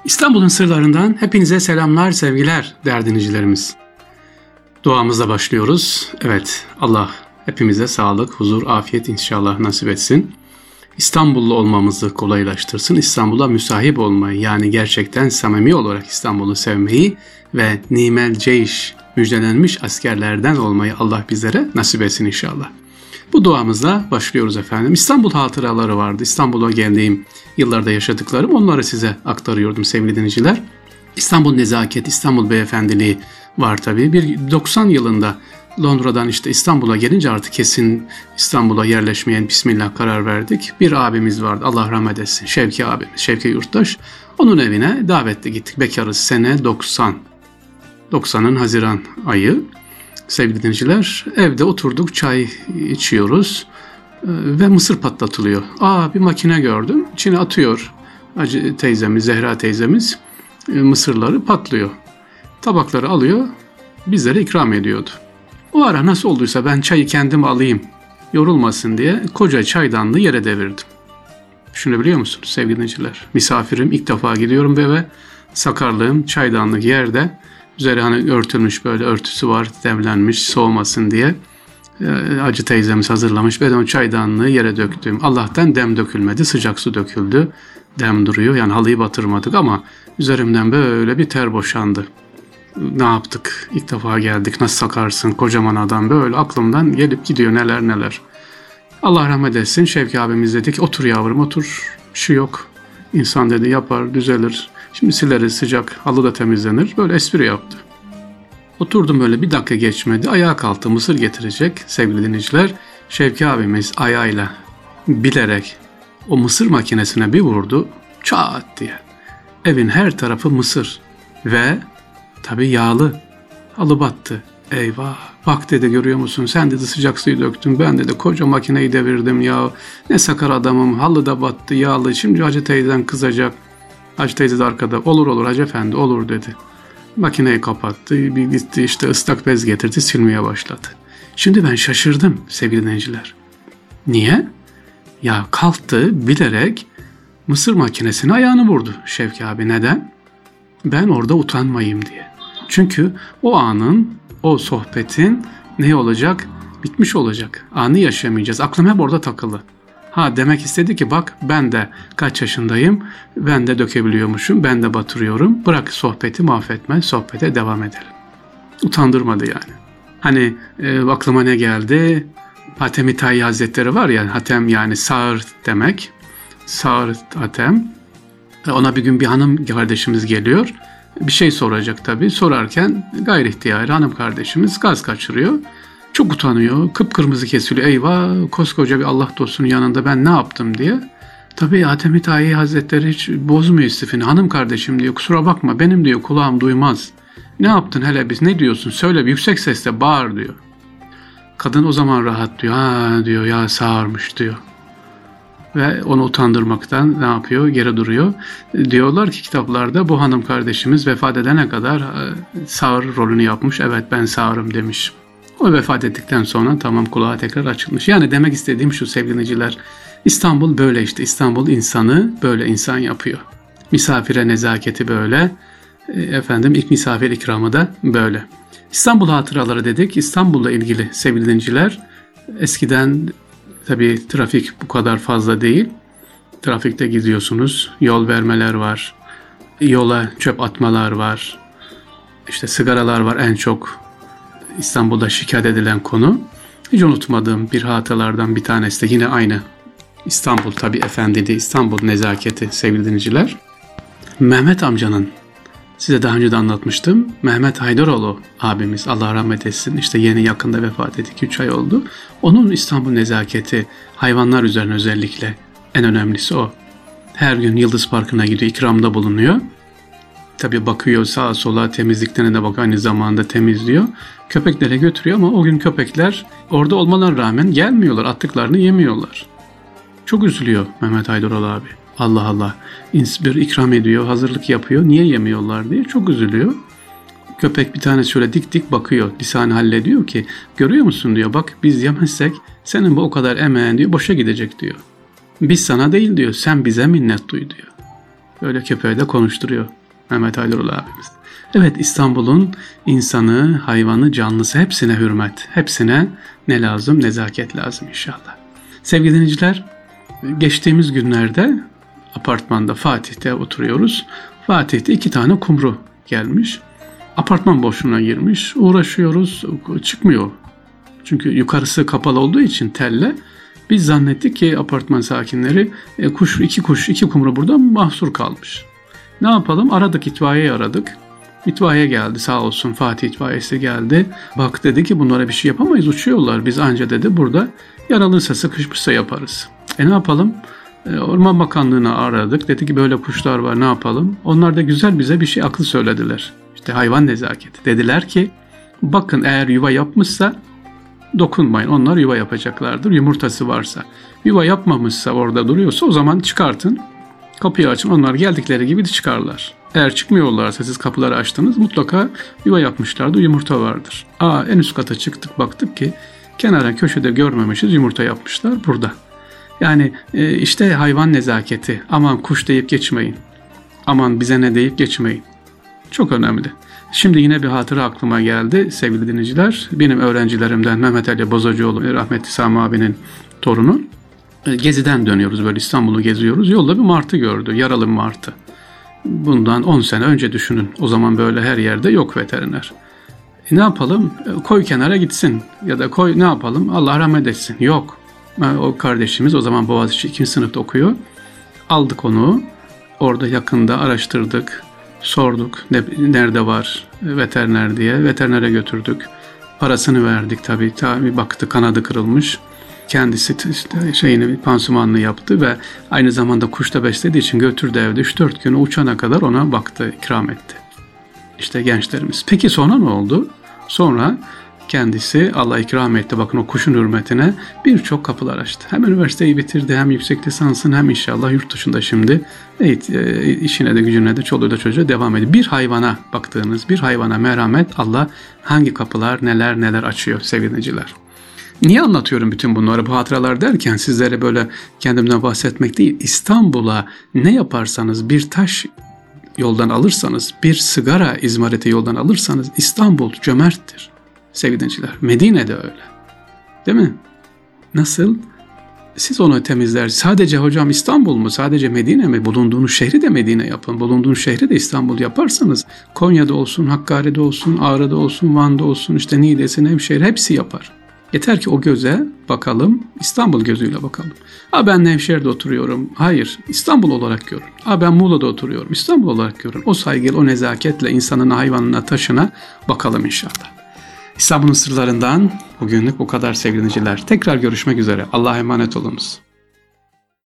İstanbul'un sırlarından hepinize selamlar, sevgiler değerli dinleyicilerimiz. Duamızla başlıyoruz. Evet, Allah hepimize sağlık, huzur, afiyet inşallah nasip etsin. İstanbullu olmamızı kolaylaştırsın. İstanbul'a müsahip olmayı, yani gerçekten samimi olarak İstanbul'u sevmeyi ve nimel ceyş, müjdelenmiş askerlerden olmayı Allah bizlere nasip etsin inşallah. Bu duamızla başlıyoruz efendim. İstanbul hatıraları vardı. İstanbul'a geldiğim yıllarda yaşadıklarım, onları size aktarıyordum sevgili dinleyiciler. İstanbul nezaket, İstanbul beyefendiliği var tabii. 90 yılında Londra'dan İstanbul'a gelince artık kesin İstanbul'a yerleşmeye bismillah karar verdik. Bir abimiz vardı, Allah rahmet etsin, Şevki abimiz, Şevki Yurttaş. Onun evine davetli gittik. Bekarız, sene 90. 90'ın Haziran ayı. Sevgili dinleyiciler, evde oturduk, çay içiyoruz ve mısır patlatılıyor. Bir makine gördüm, içine atıyor Hacı teyzemiz, Zehra teyzemiz, mısırları patlıyor. Tabakları alıyor, bizlere ikram ediyordu. O ara nasıl olduysa ben çayı kendim alayım, yorulmasın diye koca çaydanlığı yere devirdim. Düşünebiliyor musunuz sevgili dinleyiciler? Misafirim, ilk defa gidiyorum eve, sakarlığım, çaydanlık yerde. Üzeri örtülmüş, böyle örtüsü var, demlenmiş soğumasın diye. Hacı teyzemiz hazırlamış. Ben o çaydanlığı yere döktüm. Allah'tan dem dökülmedi, sıcak su döküldü. Dem duruyor, yani halıyı batırmadık ama üzerimden böyle bir ter boşandı. Ne yaptık? İlk defa geldik, nasıl sakarsın kocaman adam, böyle aklımdan gelip gidiyor neler neler. Allah rahmet etsin, Şevki abimiz dedi ki otur yavrum otur, bir şey yok. İnsan dedi yapar, düzelir. Şimdi sileriz, sıcak, halı da temizlenir. Böyle espri yaptı. Oturdum, böyle bir dakika geçmedi. Ayağa kalktı, mısır getirecek sevgili dinleyiciler. Şevki abimiz ayağıyla bilerek o mısır makinesine bir vurdu. Çat diye. Evin her tarafı mısır. Ve tabii yağlı. Halı battı. Eyvah. Bak dedi, görüyor musun? Sen dedi sıcak suyu döktün. Ben dedi koca makineyi devirdim ya. Ne sakar adamım. Halı da battı, yağlı. Şimdi Hacı teyzen kızacak. Hacı teyze de arkada. Olur Hacı efendi olur dedi. Makineyi kapattı. Bir gitti ıslak bez getirdi, silmeye başladı. Şimdi ben şaşırdım sevgili dinleyiciler. Niye? Ya kalktı bilerek mısır makinesine ayağını vurdu Şevki abi. Neden? Ben orada utanmayayım diye. Çünkü o anın, o sohbetin ne olacak? Bitmiş olacak. Anı yaşamayacağız. Aklım hep orada takılı. Demek istedi ki bak ben de kaç yaşındayım, ben de dökebiliyormuşum, ben de batırıyorum. Bırak sohbeti mahvetme, sohbete devam edelim. Utandırmadı yani. Aklıma ne geldi? Hatem-i Tayi Hazretleri var ya, Hatem yani sağır demek. Sağır Hatem. Ona bir gün bir hanım kardeşimiz geliyor. Bir şey soracak tabii. Sorarken gayri ihtiyari hanım kardeşimiz gaz kaçırıyor. Çok utanıyor, kıpkırmızı kesiliyor. Eyvah, koskoca bir Allah dostunun yanında ben ne yaptım diye. Tabii Hatem-i Tayi Hazretleri hiç bozmuyor istifini. Hanım kardeşim diyor, kusura bakma benim diyor kulağım duymaz. Ne yaptın hele biz, ne diyorsun söyle, bir yüksek sesle bağır diyor. Kadın o zaman rahat diyor. Diyor ya sağırmış diyor. Ve onu utandırmaktan ne yapıyor? Geri duruyor. Diyorlar ki kitaplarda bu hanım kardeşimiz vefat edene kadar sağır rolünü yapmış. Evet ben sağırım demiş. O vefat ettikten sonra tamam, kulağa tekrar açılmış. Yani demek istediğim şu sevgili dinleyiciler, İstanbul böyle işte. İstanbul insanı böyle insan yapıyor. Misafire nezaketi böyle. İlk misafir ikramı da böyle. İstanbul hatıraları dedik. İstanbul'la ilgili sevgili dinleyiciler, eskiden tabii trafik bu kadar fazla değil. Trafikte gidiyorsunuz. Yol vermeler var. Yola çöp atmalar var. Sigaralar var en çok İstanbul'da şikayet edilen konu. Hiç unutmadığım bir hatıralardan bir tanesi de yine aynı. İstanbul tabii efendiliği, İstanbul nezaketi sevgili dinleyiciler. Mehmet amcanın, size daha önce de anlatmıştım. Mehmet Haydaroğlu abimiz, Allah rahmet etsin. Yeni yakında vefat etti. 2-3 ay oldu. Onun İstanbul nezaketi, hayvanlar üzerine özellikle en önemlisi o. Her gün Yıldız Parkı'na gidiyor, ikramda bulunuyor. Tabii bakıyor sağa sola, temizliklerine de bak, aynı zamanda temizliyor. Köpeklere götürüyor ama o gün köpekler orada olmalarına rağmen gelmiyorlar. Attıklarını yemiyorlar. Çok üzülüyor Mehmet Haydaroğlu abi. Allah Allah. Bir ikram ediyor, hazırlık yapıyor. Niye yemiyorlar diye çok üzülüyor. Köpek bir tane şöyle dik dik bakıyor. Lisanı hallediyor ki görüyor musun diyor. Bak biz yemezsek senin bu o kadar emeğin diyor boşa gidecek diyor. Biz sana değil diyor. Sen bize minnet duy diyor. Böyle köpeği de konuşturuyor. Mehmet Aydırol abimiz. Evet, İstanbul'un insanı, hayvanı, canlısı hepsine hürmet. Hepsine ne lazım? Nezaket lazım inşallah. Sevgili dinleyiciler, geçtiğimiz günlerde apartmanda Fatih'te oturuyoruz. Fatih'te 2 tane kumru gelmiş. Apartman boşluğuna girmiş. Uğraşıyoruz. Çıkmıyor. Çünkü yukarısı kapalı olduğu için telle. Biz zannettik ki apartman sakinleri iki kumru burada mahsur kalmış. Ne yapalım? Aradık, itfaiyeyi aradık. İtfaiye geldi sağ olsun, Fatih itfaiyesi geldi. Bak dedi ki bunlara bir şey yapamayız, uçuyorlar. Biz anca dedi burada yaralıysa, sıkışmışsa yaparız. Ne yapalım? Orman Bakanlığı'na aradık. Dedi ki böyle kuşlar var, ne yapalım? Onlar da güzel bize bir şey akıl söylediler. İşte hayvan nezaketi. Dediler ki bakın, eğer yuva yapmışsa dokunmayın. Onlar yuva yapacaklardır. Yumurtası varsa. Yuva yapmamışsa, orada duruyorsa o zaman çıkartın. Kapıyı açın. Onlar geldikleri gibi de çıkarlar. Eğer çıkmıyorlarsa, siz kapıları açtınız, mutlaka yuva yapmışlardır. Yumurta vardır. En üst kata çıktık, baktık ki kenara köşede görmemişiz, yumurta yapmışlar burada. Yani işte hayvan nezaketi. Aman kuş deyip geçmeyin. Aman bize ne deyip geçmeyin. Çok önemli. Şimdi yine bir hatıra aklıma geldi sevgili dinleyiciler. Benim öğrencilerimden Mehmet Ali Bozacıoğlu, rahmetli Sami abinin torunu. Geziden dönüyoruz, böyle İstanbul'u geziyoruz. Yolda bir martı gördü, yaralı bir martı. Bundan 10 sene önce düşünün. O zaman böyle her yerde yok veteriner. Ne yapalım? Koy kenara gitsin. Ya da koy, ne yapalım? Allah rahmet etsin. Yok. O kardeşimiz o zaman Boğaziçi 2. sınıfta okuyor. Aldık onu. Orada yakında araştırdık. Sorduk nerede var veteriner diye. Veterinere götürdük. Parasını verdik tabii. Tabii baktı kanadı kırılmış. Kendisi işte pansumanını yaptı ve aynı zamanda kuş da beslediği için götürdü evde. 3-4 gün uçana kadar ona baktı, ikram etti. İşte gençlerimiz. Peki sonra ne oldu? Sonra kendisi Allah ikram etti. Bakın o kuşun hürmetine birçok kapılar açtı. Hem üniversiteyi bitirdi, hem yüksek lisansını, hem inşallah yurt dışında şimdi işine de gücüne de çoluğu da çocuğa devam ediyor. Bir hayvana baktığınız, bir hayvana merhamet, Allah hangi kapılar neler açıyor sevgili dinleyiciler. Niye anlatıyorum bütün bunları, bu hatıralar derken sizlere böyle kendimden bahsetmek değil. İstanbul'a ne yaparsanız, bir taş yoldan alırsanız, bir sigara izmariti yoldan alırsanız İstanbul cömerttir sevgili dinleyiciler. Medine de öyle. Değil mi? Nasıl? Siz onu temizler. Sadece hocam İstanbul mu? Sadece Medine mi? Bulunduğunuz şehri de Medine yapın. Bulunduğunuz şehri de İstanbul yaparsanız Konya'da olsun, Hakkari'de olsun, Ağrı'da olsun, Van'da olsun, işte Niğde'si, Nevşehir hepsi yapar. Yeter ki o göze bakalım, İstanbul gözüyle bakalım. Ben Nevşehir'de oturuyorum. Hayır, İstanbul olarak görün. Ben Muğla'da oturuyorum. İstanbul olarak görün. O saygıyla, o nezaketle insanın, hayvanına, taşına bakalım inşallah. İstanbul'un sırlarından bugünlük bu kadar sevgili dinleyiciler. Tekrar görüşmek üzere. Allah'a emanet olunuz.